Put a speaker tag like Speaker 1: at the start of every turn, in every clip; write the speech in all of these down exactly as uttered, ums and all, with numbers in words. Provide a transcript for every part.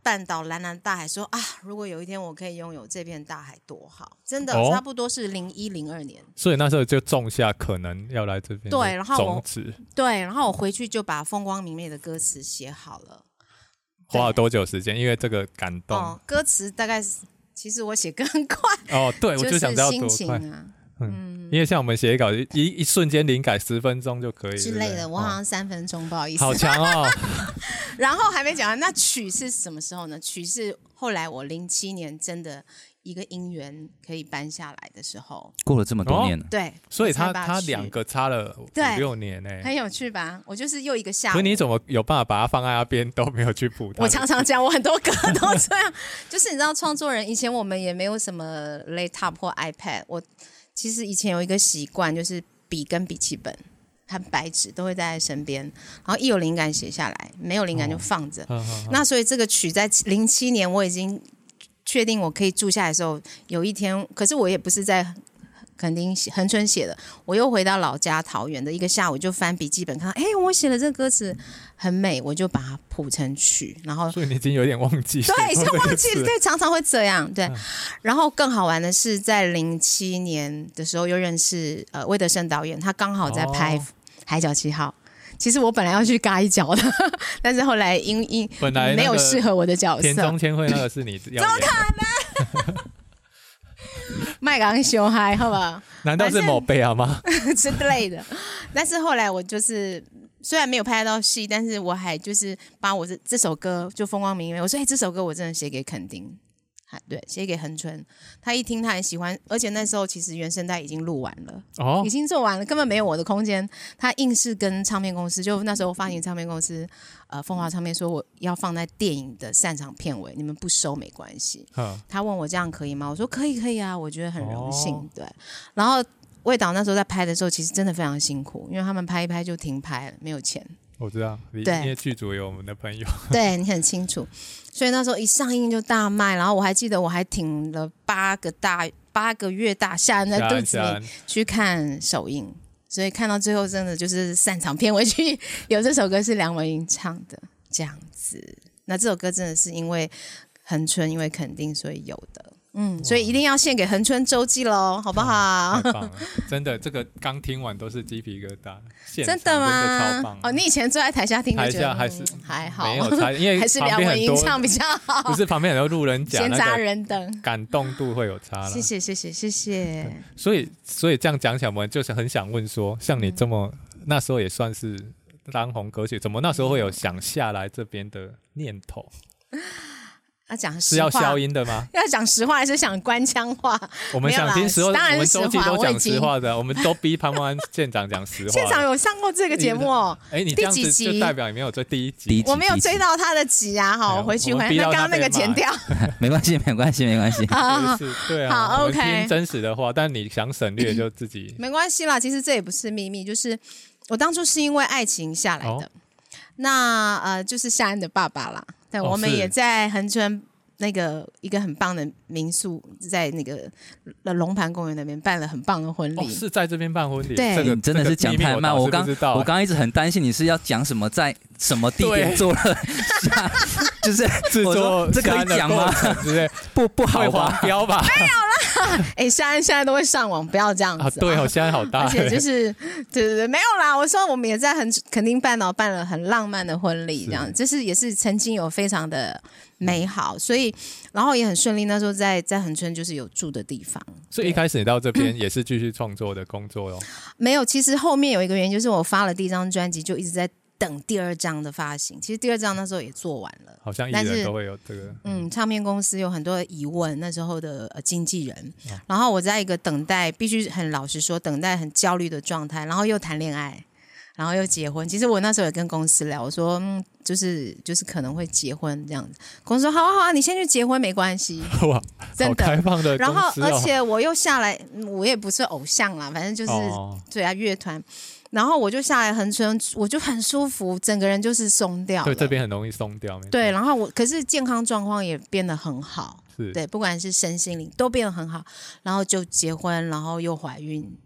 Speaker 1: 半岛蓝蓝大海说啊，如果有一天我可以拥有这片大海多好，真的、
Speaker 2: 哦、
Speaker 1: 差不多是零一零二年，
Speaker 2: 所以那时候就种下可能要来这边的
Speaker 1: 对，然后
Speaker 2: 种子，
Speaker 1: 对，然后我回去就把风光明媚的歌词写好了，
Speaker 2: 花了多久时间？因为这个感动、
Speaker 1: 哦、歌词大概其实我写歌很快
Speaker 2: 哦，对，我就想知道多快、
Speaker 1: 就是心情啊
Speaker 2: 嗯，因为像我们写稿一一瞬间灵感十分钟就可以
Speaker 1: 之类的，我好像三分钟、哦，不好意思，
Speaker 2: 好强哦。
Speaker 1: 然后还没讲完，那曲是什么时候呢？曲是后来我零七年真的一个姻缘可以搬下来的时候，
Speaker 3: 过了这么多年了，
Speaker 1: 哦、对，
Speaker 2: 所以他他两个差了五六年呢、欸，
Speaker 1: 很有趣吧？我就是又一个下午，
Speaker 2: 所以你怎么有办法把它放在那边都没有去补它？
Speaker 1: 我常常讲，我很多歌都这样，就是你知道，创作人以前我们也没有什么 laptop 或 iPad， 我。其实以前有一个习惯，就是笔跟笔记本和白纸都会带在身边，然后一有灵感写下来，没有灵感就放着、哦、那所以这个曲在零七年我已经确定我可以住下来的时候，有一天，可是我也不是在垦丁恒春写的，我又回到老家桃园的一个下午，就翻笔记本看到，哎，我写的这个歌词很美，我就把它谱成曲，然后
Speaker 2: 所以你已经有点忘记，
Speaker 1: 对，是忘记，对，常常会这样，对。嗯、然后更好玩的是，在零七年的时候又认识呃魏德胜导演，他刚好在拍《海角七号》。哦，其实我本来要去嘎一脚的，但是后来因因
Speaker 2: 本来
Speaker 1: 没有适合我的角色。
Speaker 2: 田中千惠那个是你要演的，
Speaker 1: 怎么可能？麦港修嗨，好不好？
Speaker 2: 难道是某贝啊吗？
Speaker 1: 之类的。但是后来我就是虽然没有拍到戏，但是我还就是把我这这首歌就风光明媚，我说哎、欸，这首歌我真的写给垦丁。对，写给恒春，他一听他很喜欢，而且那时候其实原声带已经录完了，哦，已经做完了，根本没有我的空间。他硬是跟唱片公司，就那时候发行唱片公司，呃，风华唱片说我要放在电影的散场片尾，你们不收没关系。他问我这样可以吗？我说可以，可以啊，我觉得很荣幸。哦、对，然后魏导那时候在拍的时候，其实真的非常辛苦，因为他们拍一拍就停拍了，没有钱。
Speaker 2: 我知道，因为剧组有我们的朋友，
Speaker 1: 对你很清楚，所以那时候一上映就大卖，然后我还记得我还挺了八个大八个月大下人在肚子里去看首映，所以看到最后真的就是散场片尾曲有这首歌是梁文音唱的这样子，那这首歌真的是因为恒春因为垦丁所以有的。嗯，所以一定要献给恒春周记咯，好不好？
Speaker 2: 太棒了，真的，这个刚听完都是鸡皮疙瘩。
Speaker 1: 真的吗？
Speaker 2: 真的超棒！
Speaker 1: 哦，你以前坐在台下听就觉得，
Speaker 2: 台下还是、
Speaker 1: 嗯、还好，
Speaker 2: 没有差，因为
Speaker 1: 还是梁文音唱比较好。
Speaker 2: 不是旁边很多路人甲，
Speaker 1: 闲杂人等，
Speaker 2: 感动度会有差了。
Speaker 1: 谢谢，谢谢，谢谢。
Speaker 2: 所以，所以这样讲起来，我们就是很想问说，像你这么、嗯、那时候也算是当红歌曲，怎么那时候会有想下来这边的念头？
Speaker 1: 要讲
Speaker 2: 是要消音的吗？
Speaker 1: 要讲实话还是想官腔话？
Speaker 2: 我们想听实话，
Speaker 1: 当然是
Speaker 2: 实话。我们周记都讲实话的，我们都逼潘潘县长讲实话。
Speaker 1: 县长有上过这个节目哦？
Speaker 2: 哎，你这样子就代表你没有追第一集，
Speaker 1: 我没有追到他的集啊！好，我回去回那刚刚那个剪掉，
Speaker 3: 没关系，没关系，没关系。
Speaker 1: 好，
Speaker 2: 对啊，好 ，OK。听真实的话，但你想省略就自己
Speaker 1: 没关系啦。其实这也不是秘密，就是我当初是因为爱情下来的。哦、那呃，就是夏安的爸爸啦。对，哦、我们也在恒春。那个一个很棒的民宿，在那个龙盘公园那边办了很棒的婚礼、哦，
Speaker 2: 是在这边办婚礼。
Speaker 1: 对，
Speaker 3: 这个真的是讲太慢。我刚我刚一直很担心你是要讲什么，在什么地点做了，就是
Speaker 2: 制作
Speaker 3: 这可以讲吗？不不好吧？
Speaker 2: 标吧？
Speaker 1: 没有啦。哎、欸，现在现在都会上网，不要这样子、啊
Speaker 2: 啊。对哦，现在好大。
Speaker 1: 而且就是对对对，没有啦。我说我们也在很垦丁半岛办了很浪漫的婚礼，这样，就是也是曾经有非常的美好，所以然后也很顺利。那时候在在恒春就是有住的地方，
Speaker 2: 所以一开始你到这边也是继续创作的工作哟、哦。
Speaker 1: 没有，其实后面有一个原因，就是我发了第一张专辑，就一直在等第二张的发行。其实第二张那时候也做完了，
Speaker 2: 好像艺人都会有这个。
Speaker 1: 嗯，唱片公司有很多的疑问，那时候的、呃、经纪人、哦，然后我在一个等待，必须很老实说，等待很焦虑的状态，然后又谈恋爱。然后又结婚，其实我那时候也跟公司聊，我说嗯，就是就是可能会结婚这样子。公司说好啊好啊，你先去结婚没关系。
Speaker 2: 哇，真的好开放的公司、哦。
Speaker 1: 然后而且我又下来，我也不是偶像啦，反正就是、哦、对啊乐团。然后我就下来恒春，我就很舒服，整个人就是松掉了。
Speaker 2: 对，这边很容易松掉。
Speaker 1: 对，然后我可是健康状况也变得很好，
Speaker 2: 是
Speaker 1: 对，不管是身心灵都变得很好。然后就结婚，然后又怀孕。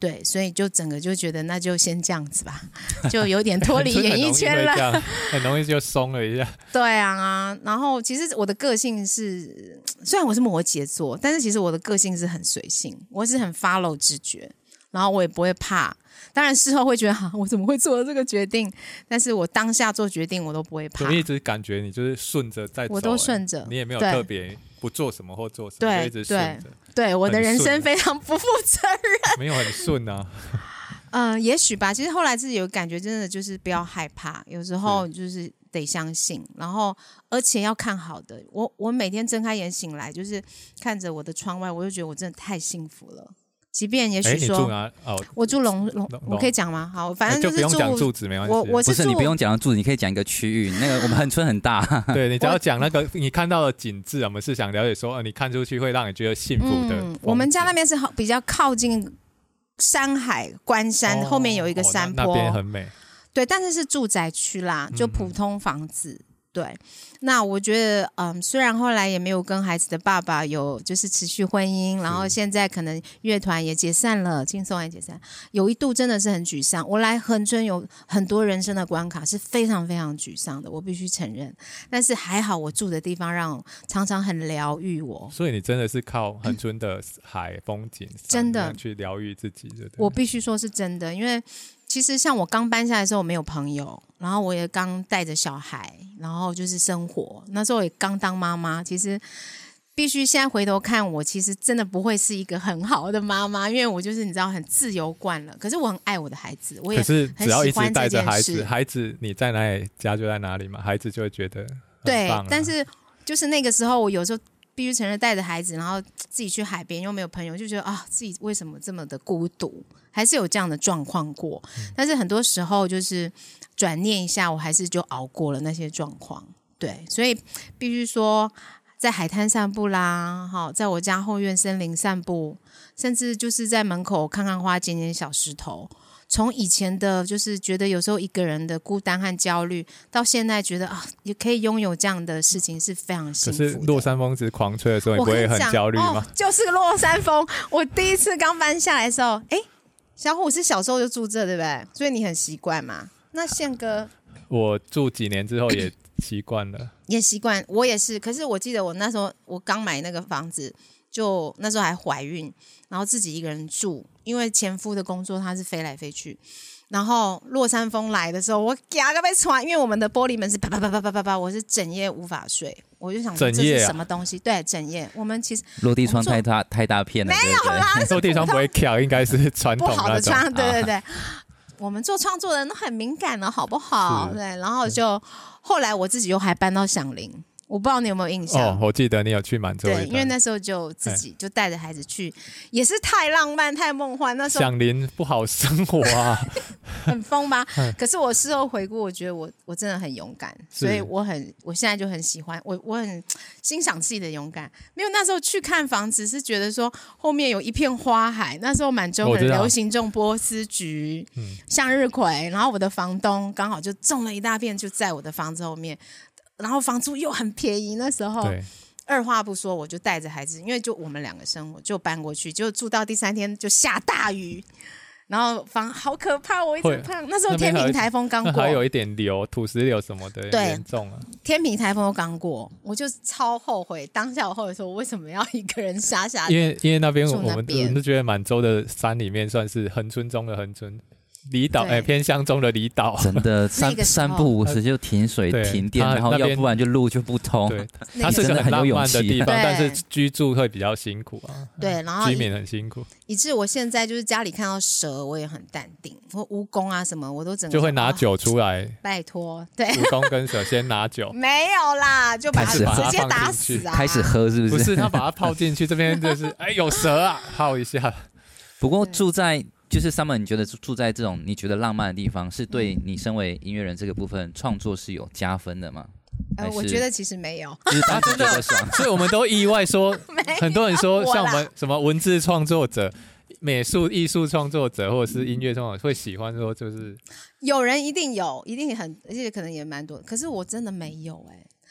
Speaker 1: 对，所以就整个就觉得那就先这样子吧，就有点脱离演艺圈了，
Speaker 2: 很容易就松了一下。
Speaker 1: 对啊，然后其实我的个性是，虽然我是摩羯座，但是其实我的个性是很随性，我是很 follow 直觉，然后我也不会怕。当然事后会觉得、啊、我怎么会做了这个决定，但是我当下做决定我都不会怕。
Speaker 2: 我一直感觉你就是顺着在走，
Speaker 1: 我都顺着，
Speaker 2: 你也没有特别不做什么或做什么，
Speaker 1: 对，
Speaker 2: 就一直顺着。
Speaker 1: 对，对我的人生非常不负责任，
Speaker 2: 没有很顺啊。
Speaker 1: 嗯、呃，也许吧。其实后来自己有感觉，真的就是不要害怕，有时候就是得相信，然后而且要看好的。我我每天睁开眼醒来，就是看着我的窗外，我就觉得我真的太幸福了。即便也许说，
Speaker 2: 哦、
Speaker 1: 我住龙龙，我可以讲吗？好，反正
Speaker 2: 就是
Speaker 1: 住，
Speaker 2: 就不用讲住址没关系。
Speaker 1: 我我是
Speaker 3: 不是你不用讲住址，你可以讲一个区域。那个我们恒春很大，
Speaker 2: 对你只要讲那个你看到的景致，我们是想了解说，呃，你看出去会让你觉得幸福的、嗯。
Speaker 1: 我们家那边是比较靠近山海关山，哦、后面有一个山坡，
Speaker 2: 哦、那, 那边很美。
Speaker 1: 对，但是是住宅区啦，就普通房子。嗯对，那我觉得，嗯，虽然后来也没有跟孩子的爸爸有就是持续婚姻，然后现在可能乐团也解散了，轻松也解散，有一度真的是很沮丧。我来恒春有很多人生的关卡是非常非常沮丧的，我必须承认。但是还好，我住的地方让常常很疗愈我。
Speaker 2: 所以你真的是靠恒春的海风景，
Speaker 1: 真的
Speaker 2: 去疗愈自己，对不对？
Speaker 1: 我必须说是真的，因为。其实像我刚搬下来的时候，我没有朋友，然后我也刚带着小孩，然后就是生活。那时候也刚当妈妈，其实必须现在回头看，我其实真的不会是一个很好的妈妈，因为我就是你知道很自由惯了。可是我很爱我的孩子，我也很喜欢这件事。
Speaker 2: 可是只要一直带着孩子，孩子你在哪里，家就在哪里嘛，孩子就会觉得很棒、啊。
Speaker 1: 对，但是就是那个时候，我有时候必须承认带着孩子，然后自己去海边又没有朋友，就觉得啊，自己为什么这么的孤独？还是有这样的状况过，但是很多时候就是转念一下，我还是就熬过了那些状况。对，所以必须说，在海滩散步啦，哈，在我家后院森林散步，甚至就是在门口看看花、捡捡小石头。从以前的就是觉得有时候一个人的孤单和焦虑，到现在觉得啊，也可以拥有这样的事情是非常幸福的。
Speaker 2: 可是落山风直狂吹的时候，你不会很焦虑吗？
Speaker 1: 哦、就是落山风。我第一次刚搬下来的时候，哎。小虎是小时候就住这对不对？所以你很习惯嘛？那宪哥，
Speaker 2: 我住几年之后也习惯了，
Speaker 1: 也习惯，我也是。可是我记得我那时候我刚买那个房子，就那时候还怀孕，然后自己一个人住，因为前夫的工作他是飞来飞去。然后落山风来的时候，我嘎个被传，因为我们的玻璃门是啪啪啪啪啪啪啪，我是整夜无法睡，我就想说这是什么东西？啊、对，整夜。我们其实
Speaker 3: 落地窗太大太大片了，
Speaker 1: 没有啦，
Speaker 2: 落地窗不会翘，应该是传统
Speaker 1: 不好的窗，对对对。
Speaker 3: 啊、
Speaker 1: 我们做创作的人都很敏感了，好不好？对，然后就后来我自己又还搬到响铃。我不知道你有没有印象？
Speaker 2: 哦，我记得你有去满洲。
Speaker 1: 对，因为那时候就自己就带着孩子去，也是太浪漫、太梦幻。那时候
Speaker 2: 响铃不好生活啊，
Speaker 1: 很疯吧？可是我事后回顾，我觉得我我真的很勇敢，所以我很我现在就很喜欢我，我很欣赏自己的勇敢。没有那时候去看房子，是觉得说后面有一片花海。那时候满洲很流行种波斯菊、嗯、向日葵，然后我的房东刚好就种了一大片，就在我的房子后面。然后房租又很便宜，那时候二话不说我就带着孩子，因为就我们两个生活就搬过去，就住到第三天就下大雨，然后房好可怕，我一直怕。那时候天平台风刚过，
Speaker 2: 还有一点流土石流什么的严重啊。
Speaker 1: 天平台风刚过，我就超后悔，当下我后悔说我为什么要一个人傻傻的。
Speaker 2: 因为因为那边我们我们都觉得满洲的山里面算是恒春中的恒春。离岛哎、欸，偏乡中的离岛，
Speaker 3: 真的三三不五时就停水停电，然后要不然就路就不通。
Speaker 2: 对，它是个很浪漫的地方，但是居住会比较辛苦啊。
Speaker 1: 对，然后
Speaker 2: 居民很辛苦，
Speaker 1: 以致我现在就是家里看到蛇，我也很淡定，或蜈蚣啊什么，我都整个
Speaker 2: 就会拿酒出来。
Speaker 1: 拜托，对，
Speaker 2: 蜈蚣跟蛇先拿酒，
Speaker 1: 没有啦，就把它直接打死啊！
Speaker 3: 开始喝是不是？
Speaker 2: 不是，他把它泡进去，这边就是哎有蛇啊，泡一下。
Speaker 3: 不过住在。就是 Summer， 你觉得住在这种你觉得浪漫的地方，是对你身为音乐人这个部分创作是有加分的吗？
Speaker 1: 呃，我觉得其实没有，
Speaker 3: 就是他真的爽，
Speaker 2: 所以我们都意外说，很多人说像我们什么文字创作者、美术艺术创作者或者是音乐创作者会喜欢说，就是
Speaker 1: 有人一定有，一定很，而且可能也蛮多，可是我真的没有哎、欸。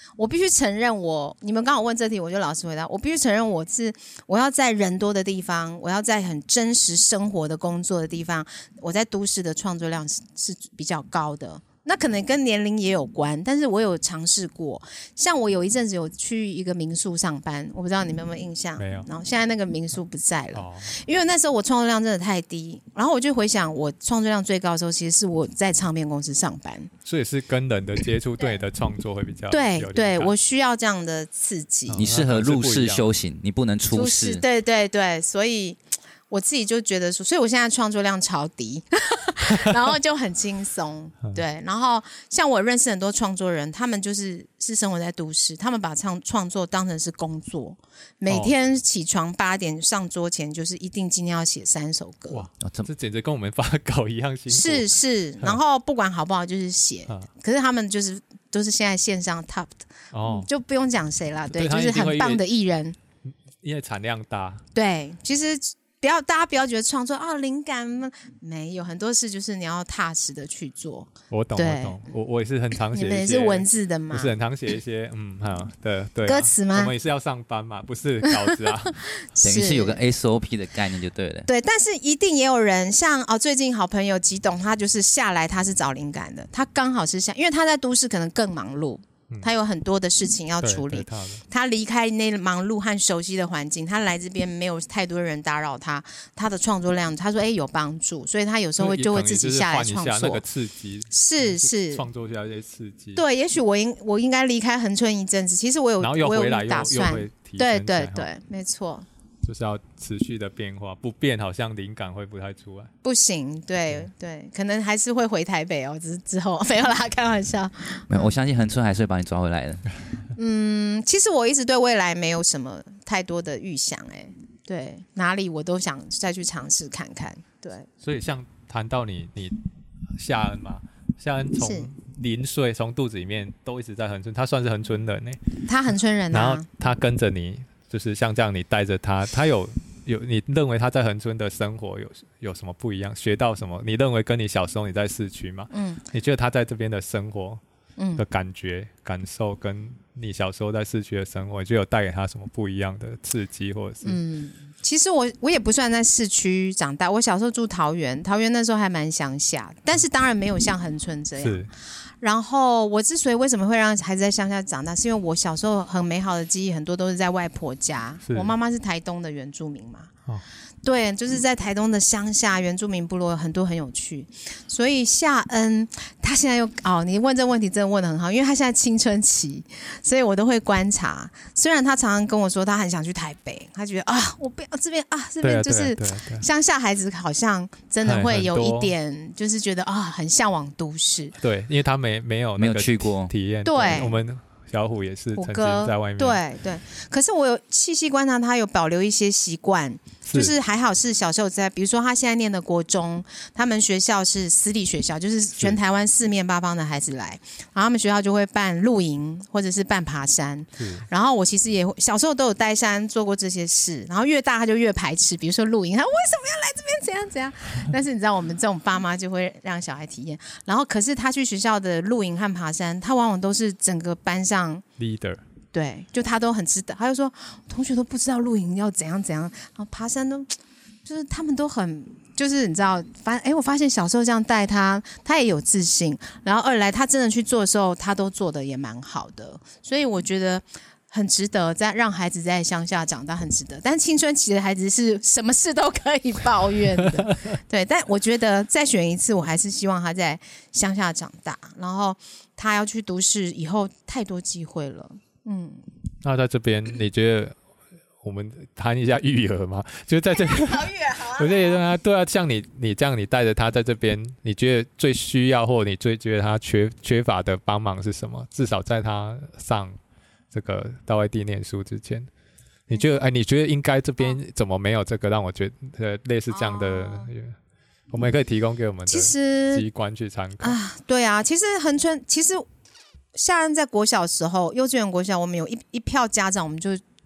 Speaker 1: 我必须承认我，你们刚好问这题，我就老实回答。我必须承认我是我要在人多的地方，我要在很真实生活的工作的地方，我在都市的创作量是是比较高的。那可能跟年龄也有关，但是我有尝试过。像我有一阵子有去一个民宿上班，我不知道你们有没有印象？
Speaker 2: 没有。
Speaker 1: 然后现在那个民宿不在了，
Speaker 2: 哦、
Speaker 1: 因为那时候我创作量真的太低。然后我就回想，我创作量最高的时候，其实是我在唱片公司上班。
Speaker 2: 所以是跟人的接触，对你的创作会比较
Speaker 1: 对对，我需要这样的刺激。
Speaker 3: 你适合入世修行，你不能出世。
Speaker 1: 对对对，所以我自己就觉得说，所以我现在创作量超低。然后就很轻松，对。然后像我认识很多创作人，他们就是是生活在都市，他们把创创作当成是工作，每天起床八点上桌前，就是一定今天要写三首歌。
Speaker 2: 哇，这简直跟我们发稿一样辛苦。
Speaker 1: 是是，然后不管好不好就是写，可是他们就是都是现在线上 top 的，哦，就不用讲谁了，对，就是很棒的艺人，
Speaker 2: 因为产量大。
Speaker 1: 对，其实。不要，大家不要觉得创作啊灵感没有，很多事就是你要踏实的去做。
Speaker 2: 我懂，我懂，我我也是很常写一些，
Speaker 1: 你们也是文字的嘛，
Speaker 2: 不是很常写一些嗯哈对对、啊、
Speaker 1: 歌词吗？
Speaker 2: 我们也是要上班嘛，不是稿子啊，
Speaker 3: 等于是有个 S O P 的概念就对了。
Speaker 1: 对，但是一定也有人像哦，最近好朋友吉董，他就是下来他是找灵感的，他刚好是下，因为他在都市可能更忙碌。他有很多的事情要处理，他离开那忙碌和熟悉的环境，他来这边没有太多人打扰他，他的创作量，他说哎有帮助，所以他有时候会就会自己下来创作，
Speaker 2: 那个刺激
Speaker 1: 是是
Speaker 2: 创作下一些刺激。
Speaker 1: 对，也许我应我应该离开恒春一阵子，其实我有
Speaker 2: 然后又回来
Speaker 1: 我有打算，对对对，没错。
Speaker 2: 就是要持续的变化，不变好像灵感会不太出来。
Speaker 1: 不行，对对，可能还是会回台北哦，之之后没有啦，开玩笑。
Speaker 3: 没有，我相信恒春还是会把你抓回来的。
Speaker 1: 嗯，其实我一直对未来没有什么太多的预想，哎，对，哪里我都想再去尝试看看。对，
Speaker 2: 所以像谈到你，你夏恩嘛，夏恩从零岁从肚子里面都一直在恒春，他算是恒春人呢。
Speaker 1: 他恒春人啊，
Speaker 2: 然后他跟着你。就是像这样，你带着他，他有有，你认为他在恒春的生活有有什么不一样？学到什么？你认为跟你小时候你在市区吗？嗯，你觉得他在这边的生活的感觉、嗯、感受，跟你小时候在市区的生活，你觉得有带给他什么不一样的刺激，或者是？嗯，
Speaker 1: 其实我我也不算在市区长大，我小时候住桃园，桃园那时候还蛮乡下，但是当然没有像恒春这样。是。然后我之所以为什么会让孩子在乡下长大，是因为我小时候很美好的记忆很多都是在外婆家，我妈妈是台东的原住民嘛，哦、对，就是在台东的乡下原住民部落很多很有趣，所以夏恩他现在又哦，你问这个问题真的问得很好，因为他现在青春期，所以我都会观察。虽然他常常跟我说他很想去台北，他觉得啊我不要这边啊这边就是乡下孩子好像真的会有一点就是觉得啊很向往都市，
Speaker 2: 对，因为他没没有
Speaker 3: 没有去过
Speaker 2: 体验，
Speaker 1: 对，
Speaker 2: 我们小虎也是曾经在外面，
Speaker 1: 对对。可是我有细细观察，他有保留一些习惯，就是还好是小时候在，比如说他现在念的国中，他们学校是私立学校，就是全台湾四面八方的孩子来，然后他们学校就会办露营或者是办爬山。然后我其实也小时候都有待山做过这些事，然后越大他就越排斥，比如说露营，他为什么要来这边怎样怎样？但是你知道我们这种爸妈就会让小孩体验，然后可是他去学校的露营和爬山，他往往都是整个班上
Speaker 2: leader，
Speaker 1: 对，就他都很知道，他就说同学都不知道露营要怎样怎样，然后爬山都就是他们都很就是你知道，反正哎，我发现小时候这样带他，他也有自信，然后二来他真的去做的时候，他都做的也蛮好的，所以我觉得很值得在让孩子在乡下长大，很值得。但青春期的孩子是什么事都可以抱怨的，对。但我觉得再选一次，我还是希望他在乡下长大，然后他要去都市以后太多机会了。嗯，
Speaker 2: 那在这边你觉得我们谈一下育儿吗？就是在这边，
Speaker 1: 好育儿好啊。
Speaker 2: 我觉得啊，对啊，像你你这样，你带着他在这边，你觉得最需要或你最觉得他缺缺乏的帮忙是什么？至少在他上这个到外地念书之前，你觉得哎，你觉得应该这边怎么没有这个？让我觉得类似这样的，哦、我们也可以提供给我们的机关去参考
Speaker 1: 啊。对啊，其实恒春其实。夏恩在国小的时候，幼稚园国小，我们有一一票家长，我们就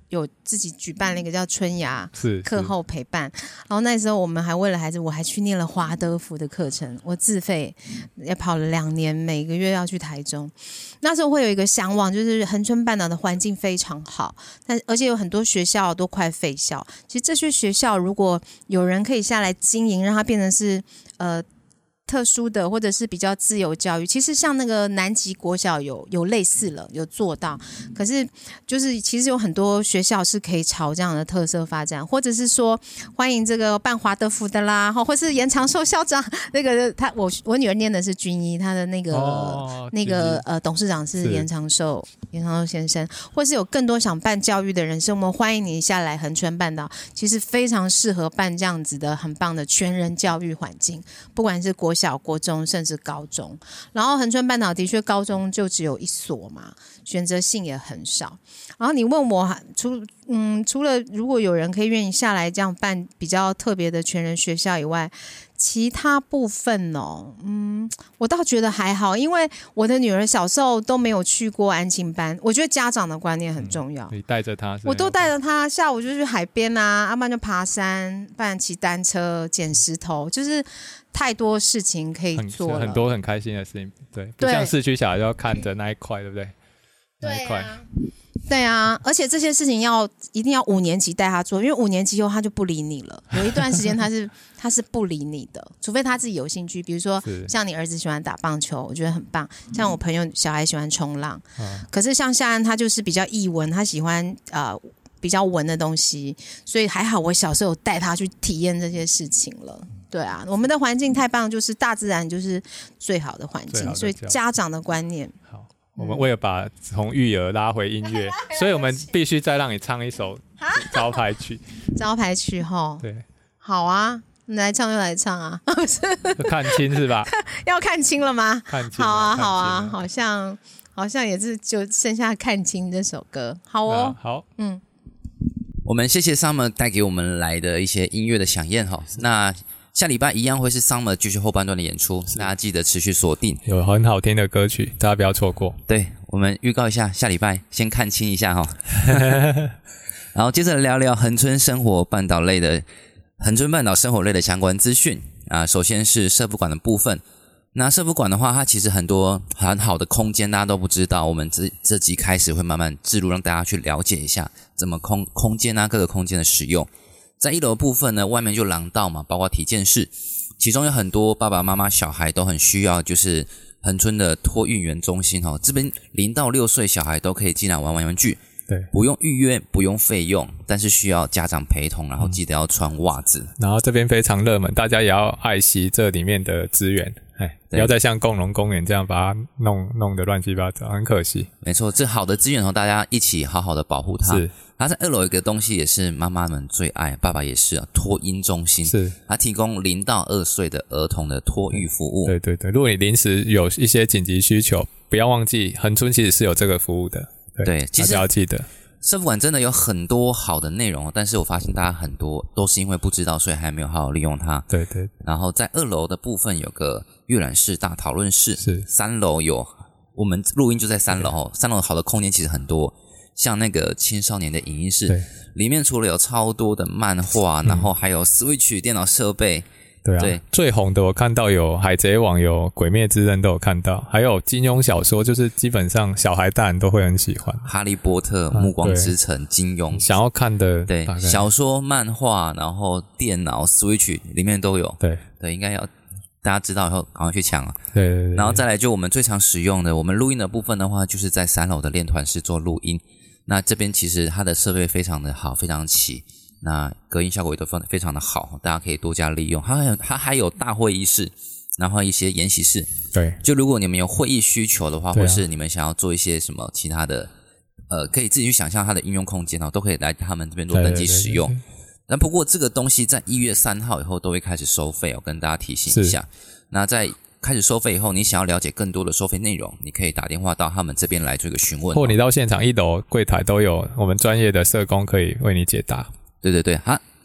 Speaker 1: 有自己举办了一个叫春芽
Speaker 2: 是
Speaker 1: 课后陪伴，然后那时候我们还为了孩子，我还去念了华德福的课程，我自费也跑了两年，每个月要去台中。那时候会有一个向往，就是恒春半岛的环境非常好，但而且有很多学校都快废校。其实这些学校如果有人可以下来经营，让它变成是呃。特殊的或者是比较自由教育，其实像那个南极国小有有类似了，有做到。可是就是其实有很多学校是可以朝这样的特色发展，或者是说欢迎这个办华德福的啦，或是严长寿校长那个他我我女儿念的是军医，他的那个、哦、那个呃董事长是严长寿严长寿先生，或是有更多想办教育的人士，我们欢迎你下来恒春半岛，其实非常适合办这样子的很棒的全人教育环境，不管是国小、国中甚至高中。然后恒春半岛的确高中就只有一所嘛，选择性也很少。然后你问我除嗯除了如果有人可以愿意下来这样办比较特别的全人学校以外，其他部分哦，嗯，我倒觉得还好，因为我的女儿小时候都没有去过安亲班，我觉得家长的观念很重要。
Speaker 2: 嗯、你带着她，
Speaker 1: 我都带着她，下午就去海边啊，要不然就爬山，不然骑单车、捡石头，就是太多事情可以做了，
Speaker 2: 很, 很多很开心的事情。对，不像市区小孩要看着那一块，对不对？
Speaker 1: 对、啊、
Speaker 2: 那一块。
Speaker 1: 对啊，而且这些事情要一定要五年级带他做，因为五年级以后他就不理你了。有一段时间他是他是不理你的，除非他自己有兴趣。比如说像你儿子喜欢打棒球，我觉得很棒。像我朋友小孩喜欢冲浪，嗯、可是像夏安他就是比较艺文，他喜欢呃比较文的东西，所以还好我小时候有带他去体验这些事情了。对啊，我们的环境太棒，就是大自然就是最好的环境，所以家长的观念
Speaker 2: 好。我们为了把从育儿拉回音乐，所以我们必须再让你唱一首招牌曲。
Speaker 1: 招牌曲齁，
Speaker 2: 对，
Speaker 1: 好啊，你来唱就来唱啊，
Speaker 2: 看清是吧？
Speaker 1: 要看清了吗？
Speaker 2: 看清，
Speaker 1: 好啊，好啊，好像好像也是就剩下看清这首歌，好哦，
Speaker 2: 啊、好，
Speaker 1: 嗯，
Speaker 3: 我们谢谢 Summer 带给我们来的一些音乐的响宴哈，那。下礼拜一样会是 Summer 继续后半段的演出，大家记得持续锁定，
Speaker 2: 有很好听的歌曲，大家不要错过。
Speaker 3: 对，我们预告一下，下礼拜先看清一下哈，然后接着聊聊恒春生活半岛类的恒春半岛生活类的相关资讯啊。首先是社福馆的部分，那社福馆的话，它其实很多很好的空间大家都不知道，我们这这集开始会慢慢置入，让大家去了解一下怎么空空间啊各个空间的使用。在一楼部分呢，外面就廊道嘛，包括体健室，其中有很多爸爸妈妈小孩都很需要，就是恒春的托运园中心哦，这边零到六岁小孩都可以进来玩玩玩具，
Speaker 2: 对，
Speaker 3: 不用预约，不用费用，但是需要家长陪同，然后记得要穿袜子。
Speaker 2: 嗯、然后这边非常热门，大家也要爱惜这里面的资源，哎，不要再像共荣公园这样把它弄弄得乱七八糟，很可惜。
Speaker 3: 没错，这好的资源哦，大家一起好好的保护它。是。它在二楼有一个东西也是妈妈们最爱，爸爸也是啊，托婴中心。
Speaker 2: 是，
Speaker 3: 它提供零到二岁的儿童的托育服务。
Speaker 2: 对对对，如果你临时有一些紧急需求，不要忘记恒春其实是有这个服务的。对，
Speaker 3: 对其实
Speaker 2: 大家要记得。
Speaker 3: 社福馆真的有很多好的内容，但是我发现大家很多都是因为不知道，所以还没有好好利用它。
Speaker 2: 对对。
Speaker 3: 然后在二楼的部分有个阅览室、大讨论室。
Speaker 2: 是。
Speaker 3: 三楼有我们录音就在三楼，三楼好的空间其实很多。像那个青少年的影音室，里面除了有超多的漫画，嗯、然后还有 Switch 电脑设备。
Speaker 2: 对啊，对，最红的我看到有海贼王，有鬼灭之刃都有看到，还有金庸小说，就是基本上小孩大人都会很喜欢。
Speaker 3: 哈利波特、暮光之城、金庸，
Speaker 2: 想要看的，
Speaker 3: 对，小说、漫画，然后电脑 Switch 里面都有。
Speaker 2: 对
Speaker 3: 对，应该要大家知道以后赶快去抢啊。
Speaker 2: 对对对。
Speaker 3: 然后再来就我们最常使用的，我们录音的部分的话，就是在三楼的练团室做录音。那这边其实它的设备非常的好，非常齐，那隔音效果也都非常的好，大家可以多加利用。它还有它还有大会议室，然后一些研习室。
Speaker 2: 对，
Speaker 3: 就如果你们有会议需求的话，或是你们想要做一些什么其他的，呃，可以自己去想象它的应用空间哦，都可以来他们这边做登记使用。对对对对对。那不过这个东西在一月三号以后都会开始收费哦，跟大家提醒一下。那在开始收费以后，你想要了解更多的收费内容，你可以打电话到他们这边来做一个询问、哦，
Speaker 2: 或你到现场一楼柜台都有我们专业的社工可以为你解答。
Speaker 3: 对对对，啊，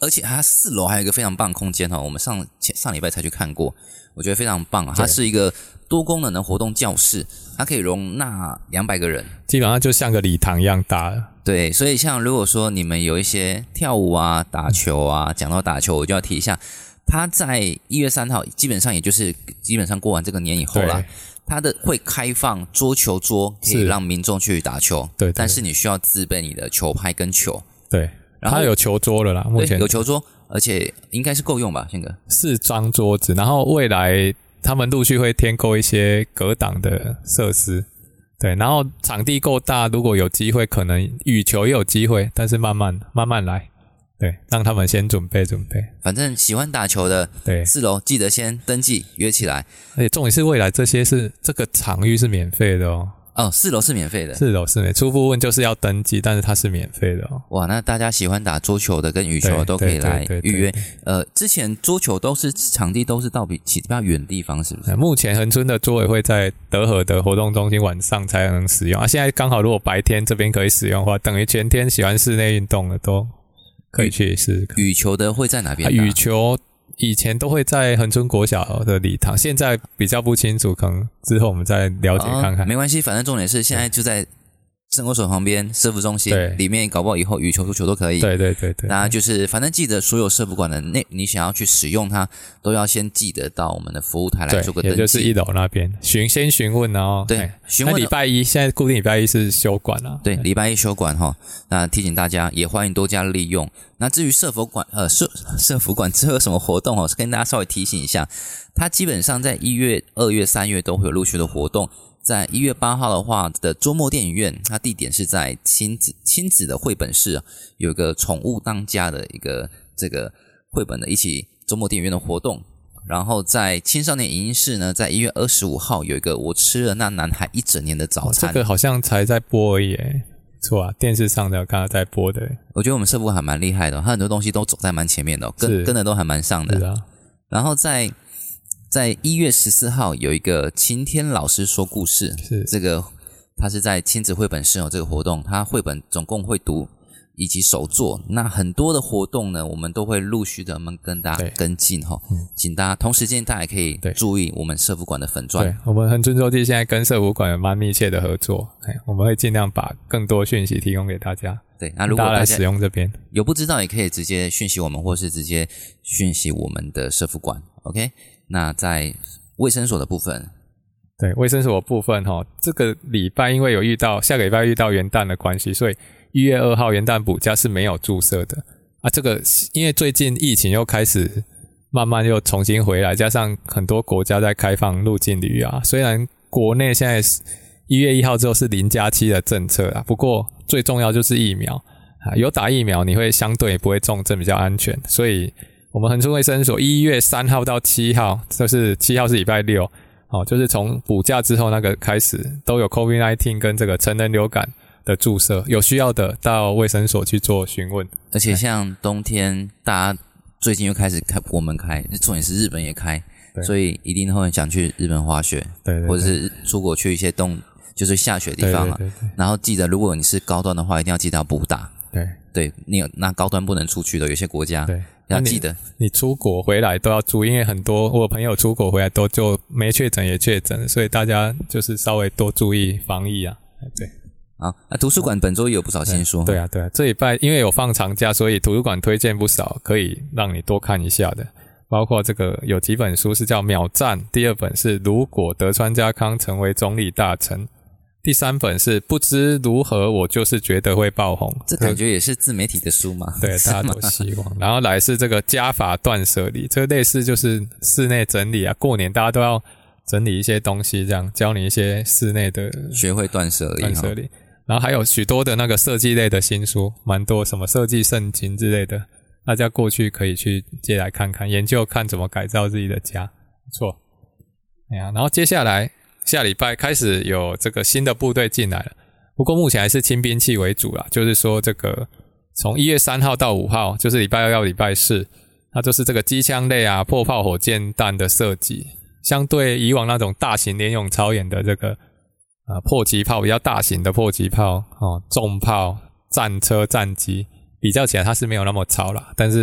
Speaker 3: 而且它四楼还有一个非常棒的空间哈，我们上上礼拜才去看过，我觉得非常棒啊！它是一个多功能的活动教室，它可以容纳两百个人，
Speaker 2: 基本上就像个礼堂一样大了。
Speaker 3: 对，所以像如果说你们有一些跳舞啊、打球啊，讲到打球，我就要提一下，它在一月三号，基本上也就是基本上过完这个年以后啦。它的会开放桌球桌，可以让民众去打球，对，对，但是你需要自备你的球拍跟球。
Speaker 2: 对，然后它有球桌了啦，目前
Speaker 3: 有球桌，而且应该是够用吧，宪哥？
Speaker 2: 四张桌子，然后未来他们陆续会添购一些隔挡的设施，对，然后场地够大，如果有机会，可能羽球也有机会，但是慢慢慢慢来。对，让他们先准备准备。
Speaker 3: 反正喜欢打球的，对，四楼记得先登记约起来。
Speaker 2: 而且重点是未来这些是这个场域是免费的哦。
Speaker 3: 哦，四楼是免费的。
Speaker 2: 四楼是免费，初步问就是要登记，但是它是免费的哦。
Speaker 3: 哇，那大家喜欢打桌球的跟羽球的都可以来预约。呃，之前桌球都是场地都是到比比较远的地方，是不是？
Speaker 2: 目前恒春的桌委会在德和的活动中心晚上才能使用啊。现在刚好如果白天这边可以使用的话，等于全天喜欢室内运动的都可以去试试看。
Speaker 3: 羽球的会在哪边、啊？
Speaker 2: 羽球以前都会在恒春国小的礼堂，现在比较不清楚，可能之后我们再了解看看。
Speaker 3: 哦、没关系，反正重点是现在就在生活所旁边社福中心里面，搞不好以后羽球、足球都可以。
Speaker 2: 对对对对。
Speaker 3: 大家就是反正记得所有社福馆的内，你想要去使用它，都要先记得到我们的服务台来做个登记。
Speaker 2: 也就是一楼那边询先询问哦。
Speaker 3: 对，询问。
Speaker 2: 那礼拜一现在固定礼拜一是休馆啊。
Speaker 3: 对，礼拜一休馆哈。那提醒大家，也欢迎多加利用。那至于社福馆呃社社福馆之后有什么活动哦，是跟大家稍微提醒一下，它基本上在一月、二月、三月都会有陆续的活动。在一月八号的话的周末电影院，它地点是在亲子亲子的绘本室，有一个宠物当家的一个这个绘本的一起周末电影院的活动。然后在青少年影音室呢，在一月二十五号有一个我吃了那男孩一整年的早餐、
Speaker 2: 哦、这个好像才在播而已诶，错啊，电视上的看到在播的。
Speaker 3: 我觉得我们社福还蛮厉害的、哦，他很多东西都走在蛮前面的、哦，跟跟的都还蛮上的。
Speaker 2: 是啊。
Speaker 3: 然后在在一月十四号有一个晴天老师说故事，是这个他是在亲子绘本室哦，这个活动他绘本总共会读以及手作，那很多的活动呢，我们都会陆续的跟大家跟进哈、嗯，请大家同时间大家也可以注意我们社福馆的粉专。
Speaker 2: 对，我们恒春周记现在跟社福馆有蛮密切的合作，我们会尽量把更多讯息提供给大家。
Speaker 3: 对，那如果
Speaker 2: 大家来使用这边
Speaker 3: 有不知道，也可以直接讯息我们，或是直接讯息我们的社福馆。OK， 那在卫生所的部分，
Speaker 2: 对卫生所的部分哈，这个礼拜因为有遇到下个礼拜遇到元旦的关系，所以一月二号元旦补假是没有注射的啊。这个因为最近疫情又开始慢慢又重新回来，加上很多国家在开放入境旅啊，虽然国内现在一月一号之后是零加七的政策啊，不过最重要就是疫苗啊，有打疫苗你会相对不会重症，比较安全。所以我们恒春卫生所一月三号到七号，就是七号是礼拜六，哦，就是从补假之后那个开始都有 COVID 十九 跟这个成人流感的注射，有需要的到卫生所去做询问。
Speaker 3: 而且像冬天大家最近又开始开国门开，重点是日本也开，所以一定会想去日本滑雪，对对对，或者是出国去一些冬就是下雪的地方啊。对对对对，然后记得如果你是高端的话，一定要记得要补打。对对，你有那高端不能出去的，有些国家对要记得。
Speaker 2: 你, 你出国回来都要注意，因为很多我朋友出国回来都就没确诊也确诊，所以大家就是稍微多注意防疫啊。对。
Speaker 3: 好，那图书馆本周也有不少新书。
Speaker 2: 对啊，对啊，这礼拜因为有放长假，所以图书馆推荐不少，可以让你多看一下的。包括这个有几本书是叫《秒战》，第二本是《如果德川家康成为总理大臣》，第三本是不知如何我就是觉得会爆红。
Speaker 3: 这感觉也是自媒体的书嘛？
Speaker 2: 对，大家都希望。然后来是这个家法断舍离，这个类似就是室内整理啊，过年大家都要整理一些东西，这样教你一些室内的
Speaker 3: 学会断舍离。
Speaker 2: 断舍离。然后还有许多的那个设计类的新书，蛮多，什么设计圣经之类的，大家过去可以去借来看看，研究看怎么改造自己的家，不错。哎呀，然后接下来下礼拜开始有这个新的部队进来了，不过目前还是轻兵器为主啦，就是说这个从一月三号到五号，就是礼拜二到礼拜四，那就是这个机枪类啊、破炮、火箭弹的射击，相对以往那种大型联勇操演的这个呃，迫击炮比较大型的迫击炮哦，重炮、战车、战机比较起来它是没有那么超啦，但是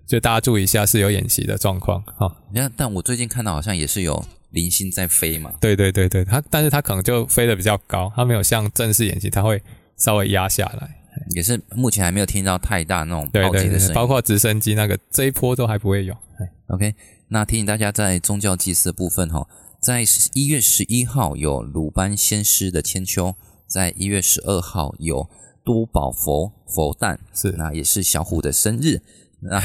Speaker 2: 就大家注意一下是有演习的状况。哦，
Speaker 3: 你看，但我最近看到好像也是有零星在飞嘛。
Speaker 2: 对对对对，它但是它可能就飞得比较高，它没有像正式演习，它会稍微压下来。
Speaker 3: 也是目前还没有听到太大那种
Speaker 2: 对
Speaker 3: 炮击的声音，
Speaker 2: 对对，包括直升机那个这一波都还不会有。
Speaker 3: OK， 那提醒大家在宗教祭祀的部分哈，在一月十一号有鲁班先师的千秋，在一月十二号有多宝佛佛诞，
Speaker 2: 是，
Speaker 3: 那也是小虎的生日。那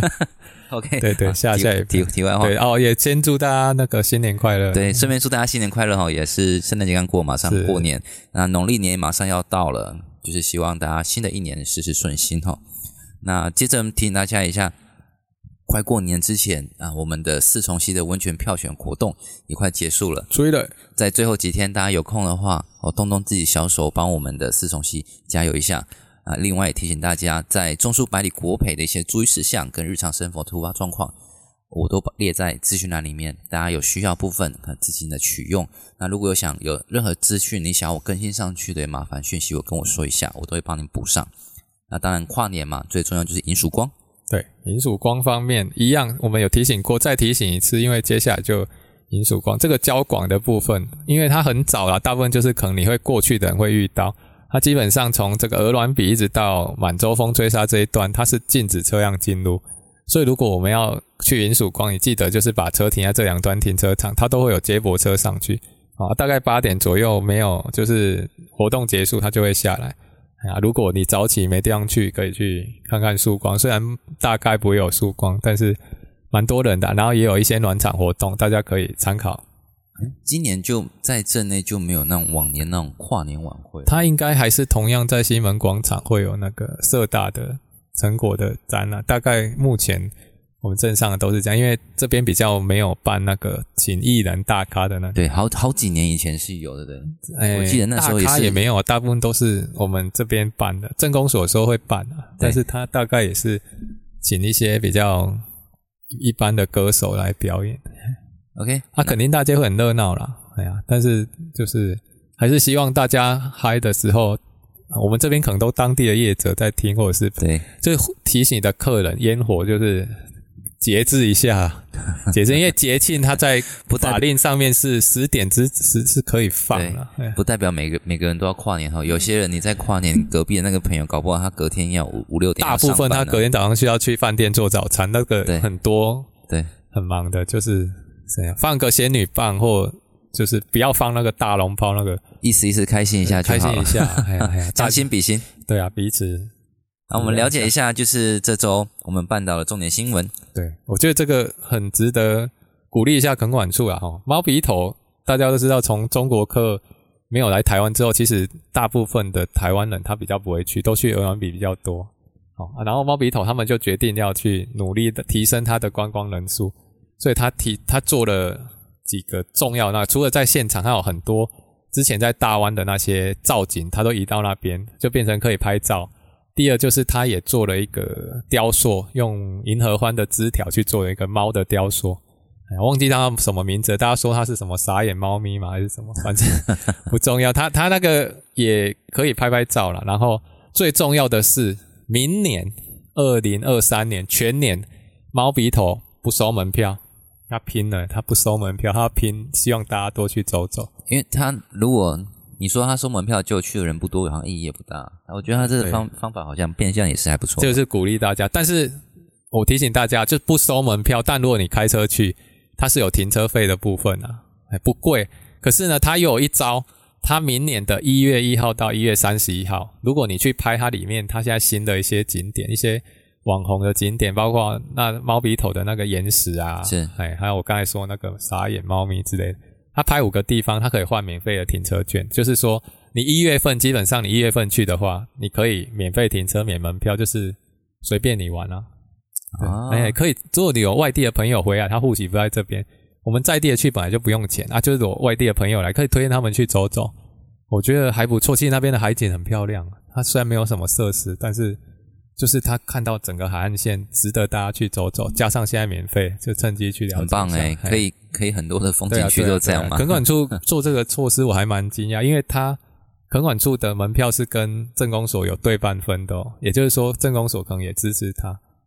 Speaker 3: OK，
Speaker 2: 对对，下下一
Speaker 3: 题题外话，
Speaker 2: 对哦，也先祝大家那个新年快乐。
Speaker 3: 对，顺便祝大家新年快乐哈，也是圣诞节刚过，马上过年，那农历年马上要到了，就是希望大家新的一年事事顺心哈。那接着提醒大家一下，快过年之前啊，我们的四重溪的温泉票选活动也快结束了，
Speaker 2: 追了，
Speaker 3: 在最后几天，大家有空的话，哦，动动自己小手，帮我们的四重溪加油一下啊！另外也提醒大家，在种树百里国培的一些注意事项跟日常生活突发状况，我都列在资讯栏里面，大家有需要部分可自行的取用。那如果有想有任何资讯你想要我更新上去的，麻烦讯息我跟我说一下，我都会帮你补上。那当然跨年嘛，最重要就是迎曙光。
Speaker 2: 对，迎曙光方面一样，我们有提醒过，再提醒一次，因为接下来就迎曙光这个交广的部分，因为它很早啦，大部分就是可能你会过去的人会遇到。它基本上从这个鹅銮鼻一直到满洲峰追杀这一段，它是禁止车辆进入。所以如果我们要去迎曙光，你记得就是把车停在这两端停车场，它都会有接驳车上去啊。大概八点左右没有，就是活动结束，它就会下来。啊，如果你早起没地方去，可以去看看曙光。虽然大概不会有曙光，但是蛮多人的，然后也有一些暖场活动，大家可以参考。
Speaker 3: 今年就在镇内就没有那种往年那种跨年晚会，
Speaker 2: 它应该还是同样在西门广场会有那个社大的成果的展览，大概目前我们镇上的都是这样，因为这边比较没有办那个请艺人大咖的那个。
Speaker 3: 对，好好几年以前是有的，对。
Speaker 2: 欸、
Speaker 3: 我记得那时候也是
Speaker 2: 大咖也没有，大部分都是我们这边办的，镇公所的时候会办啊，但是他大概也是请一些比较一般的歌手来表演。
Speaker 3: OK，
Speaker 2: 他、啊、肯定大家会很热闹啦，哎呀，但是就是还是希望大家嗨的时候，我们这边可能都当地的业者在听，或者是
Speaker 3: 对，
Speaker 2: 就提醒你的客人，烟火就是节制一下，节制，因为节庆它在法令上面是十点之是是可以放的，
Speaker 3: 不代表每个每个人都要跨年哈。有些人你在跨年，隔壁的那个朋友搞不好他隔天要五五六点要上班，
Speaker 2: 大部分他隔天早上需要去饭店做早餐，那个很多
Speaker 3: 对
Speaker 2: 很忙的，就是怎样放个仙女棒，或就是不要放那个大龙炮，那个
Speaker 3: 意思意思开心一下就好了，
Speaker 2: 开心一下，哎呀哎呀，
Speaker 3: 将心比心，
Speaker 2: 对啊，彼此。
Speaker 3: 好，我们了解一下，就是这周我们办到了重点新闻。
Speaker 2: 对，我觉得这个很值得鼓励一下垦管处啦齁。猫鼻头大家都知道，从中国客没有来台湾之后，其实大部分的台湾人他比较不会去，都去鹅銮鼻比较多。好、啊，然后猫鼻头他们就决定要去努力的提升他的观光人数，所以他提他做了几个重要的，那除了在现场，还有很多之前在大湾的那些造景，他都移到那边，就变成可以拍照。第二就是他也做了一个雕塑，用银合欢的枝条去做了一个猫的雕塑，哎，忘记他什么名字，大家说他是什么傻眼猫咪吗还是什么，反正不重要，他他那个也可以拍拍照啦。然后最重要的是明年二零二三年全年猫鼻头不收门票，他拼了，他不收门票，他拼希望大家多去走走，
Speaker 3: 因为他如果你说他收门票就去的人不多，好像意义也不大。我觉得他这个方方法好像变相也是还不错，
Speaker 2: 就是鼓励大家。但是我提醒大家，就不收门票，但如果你开车去，它是有停车费的部分啊，哎，不贵。可是呢，它又有一招，它明年的一月一号到一月三十一号，如果你去拍它里面，它现在新的一些景点，一些网红的景点，包括那猫鼻头的那个岩石啊，
Speaker 3: 是，
Speaker 2: 哎，还有我刚才说那个傻眼猫咪之类的。他拍五个地方，他可以换免费的停车券，就是说你一月份基本上你一月份去的话，你可以免费停车免门票，就是随便你玩啊。
Speaker 3: 啊，
Speaker 2: 哎，可以，如果你有外地的朋友回来，他户籍不在这边，我们在地的去本来就不用钱啊，就是有外地的朋友来，可以推荐他们去走走，我觉得还不错。其实那边的海景很漂亮，它虽然没有什么设施，但是就是他看到整个海岸线，值得大家去走走，加上现在免费，就趁机去了解一下。
Speaker 3: 很棒欸，可以可以很多的风景区都这样嘛。
Speaker 2: 垦管处做这个措施我还蛮惊讶，因为他垦管处的门票是跟镇公所有对半分的哦，也就是说镇公所可能也支持他。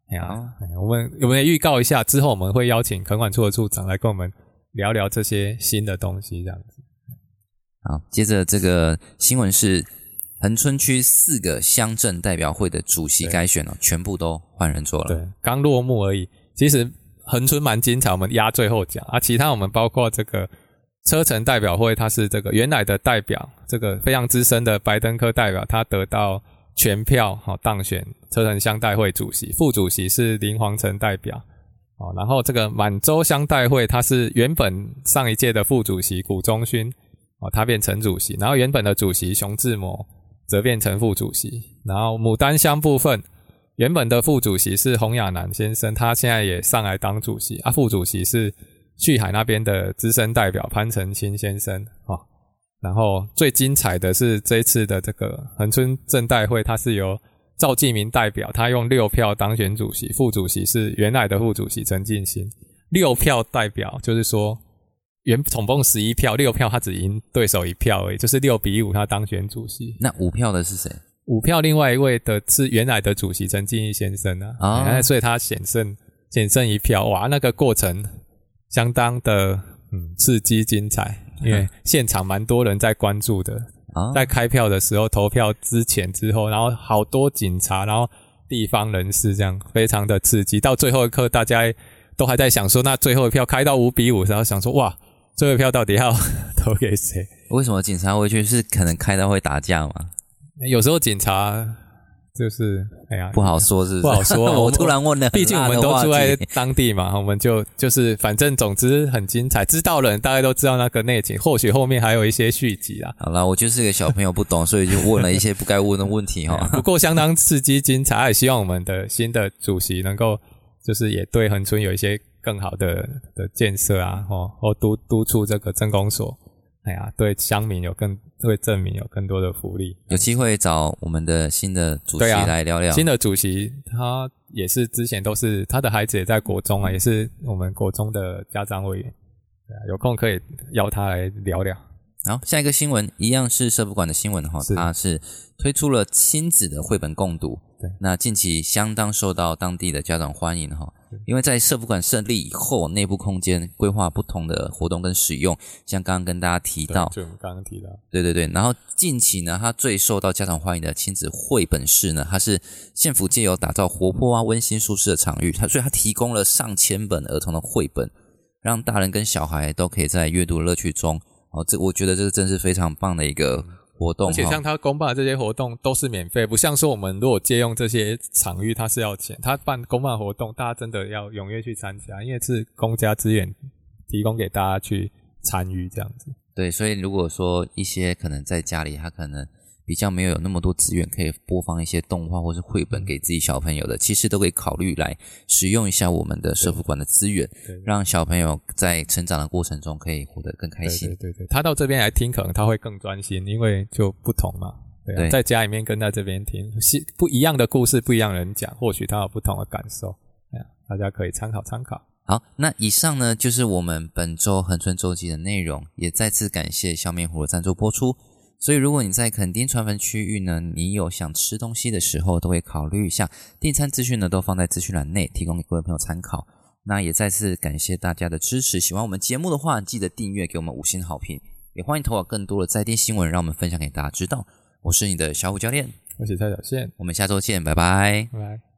Speaker 2: 哎呀、啊，我们我们也预告一下，之后我们会邀请垦管处的处长来跟我们聊聊这些新的东西，这样子。
Speaker 3: 好，接着这个新闻是恒春区四个乡镇代表会的主席改选了，全部都换人做了。
Speaker 2: 对，刚落幕而已。其实恒春蛮精彩，我们压最后讲啊。其他我们包括这个车城代表会，他是这个原来的代表，这个非常资深的白登科代表，他得到全票好当选车城乡代会主席，副主席是林煌成代表。哦，然后这个满洲乡代会，他是原本上一届的副主席古忠勋。哦，他变成主席，然后原本的主席熊志谋则变成副主席，然后牡丹乡部分原本的副主席是洪亚南先生，他现在也上来当主席啊，副主席是旭海那边的资深代表潘成清先生哦。然后最精彩的是这一次的这个恒春镇代会，他是由赵继明代表，他用六票当选主席，副主席是原来的副主席陈进兴，六票代表就是说原总共十一票，六票他只赢对手一票而已，就是六比五他当选主席。
Speaker 3: 那五票的是谁？
Speaker 2: 五票另外一位的是原来的主席陈进义先生啊，哦哎、所以他险胜险胜一票。哇，那个过程相当的嗯刺激精彩，因为现场蛮多人在关注的、哦、在开票的时候，投票之前之后，然后好多警察，然后地方人士，这样非常的刺激。到最后一刻大家都还在想说，那最后一票开到五比五，然后想说哇最后一票到底要投给谁？
Speaker 3: 为什么警察回去是可能开到会打架吗？
Speaker 2: 有时候警察就是哎呀
Speaker 3: 不好说是不是，
Speaker 2: 不好说。
Speaker 3: 我突然问了，
Speaker 2: 毕竟我们都住在当地嘛，我们就就是反正总之很精彩，知道的人大概都知道那个内情，或许后面还有一些续集啦。
Speaker 3: 好啦，我就是个小朋友不懂，所以就问了一些不该问的问题齁。
Speaker 2: 不过相当刺激精彩，也希望我们的新的主席能够就是也对恒春有一些更好的的建设啊，哦，或督督促这个镇公所，哎呀，对乡民有更对镇民有更多的福利。
Speaker 3: 有机会找我们的新的主席来聊聊。
Speaker 2: 啊、新的主席他也是之前都是他的孩子也在国中啊，也是我们国中的家长委员，对啊，有空可以邀他来聊聊。
Speaker 3: 好，下一个新闻一样是社福馆的新闻哈，它是推出了亲子的绘本共读。对，那近期相当受到当地的家长欢迎哈，因为在社福馆设立以后，内部空间规划不同的活动跟使用，像刚刚跟大家提到，
Speaker 2: 对，就我们刚刚提到，
Speaker 3: 对对对。然后近期呢，它最受到家长欢迎的亲子绘本室呢，它是县府藉由打造活泼啊、温馨舒适的场域，它所以它提供了上千本儿童的绘本，让大人跟小孩都可以在阅读乐趣中。哦，这我觉得这个真是非常棒的一个活动，
Speaker 2: 而且像他公办的这些活动都是免费，不像说我们如果借用这些场域，它是要钱。他办公办活动，大家真的要踊跃去参加，因为是公家资源提供给大家去参与这样子。
Speaker 3: 对，所以如果说一些可能在家里，他可能比较没有有那么多资源可以播放一些动画或是绘本给自己小朋友的，其实都可以考虑来使用一下我们的社福馆的资源，让小朋友在成长的过程中可以活得更开心。
Speaker 2: 对对对对，他到这边来听可能他会更专心，因为就不同嘛。对啊，对，在家里面跟在这边听不一样的故事，不一样的人讲，或许他有不同的感受，对啊，大家可以参考参考。
Speaker 3: 好，那以上呢就是我们本周恒春周记的内容，也再次感谢笑面虎的赞助播出。所以如果你在垦丁传粉区域呢，你有想吃东西的时候，都会考虑一下订餐资讯呢，都放在资讯栏内，提供给各位朋友参考。那也再次感谢大家的支持，喜欢我们节目的话，记得订阅，给我们五星好评，也欢迎投稿更多的在地新闻，让我们分享给大家知道。我是你的小虎教练，
Speaker 2: 我是蔡小宪，
Speaker 3: 我们下周见，拜拜，
Speaker 2: 拜拜。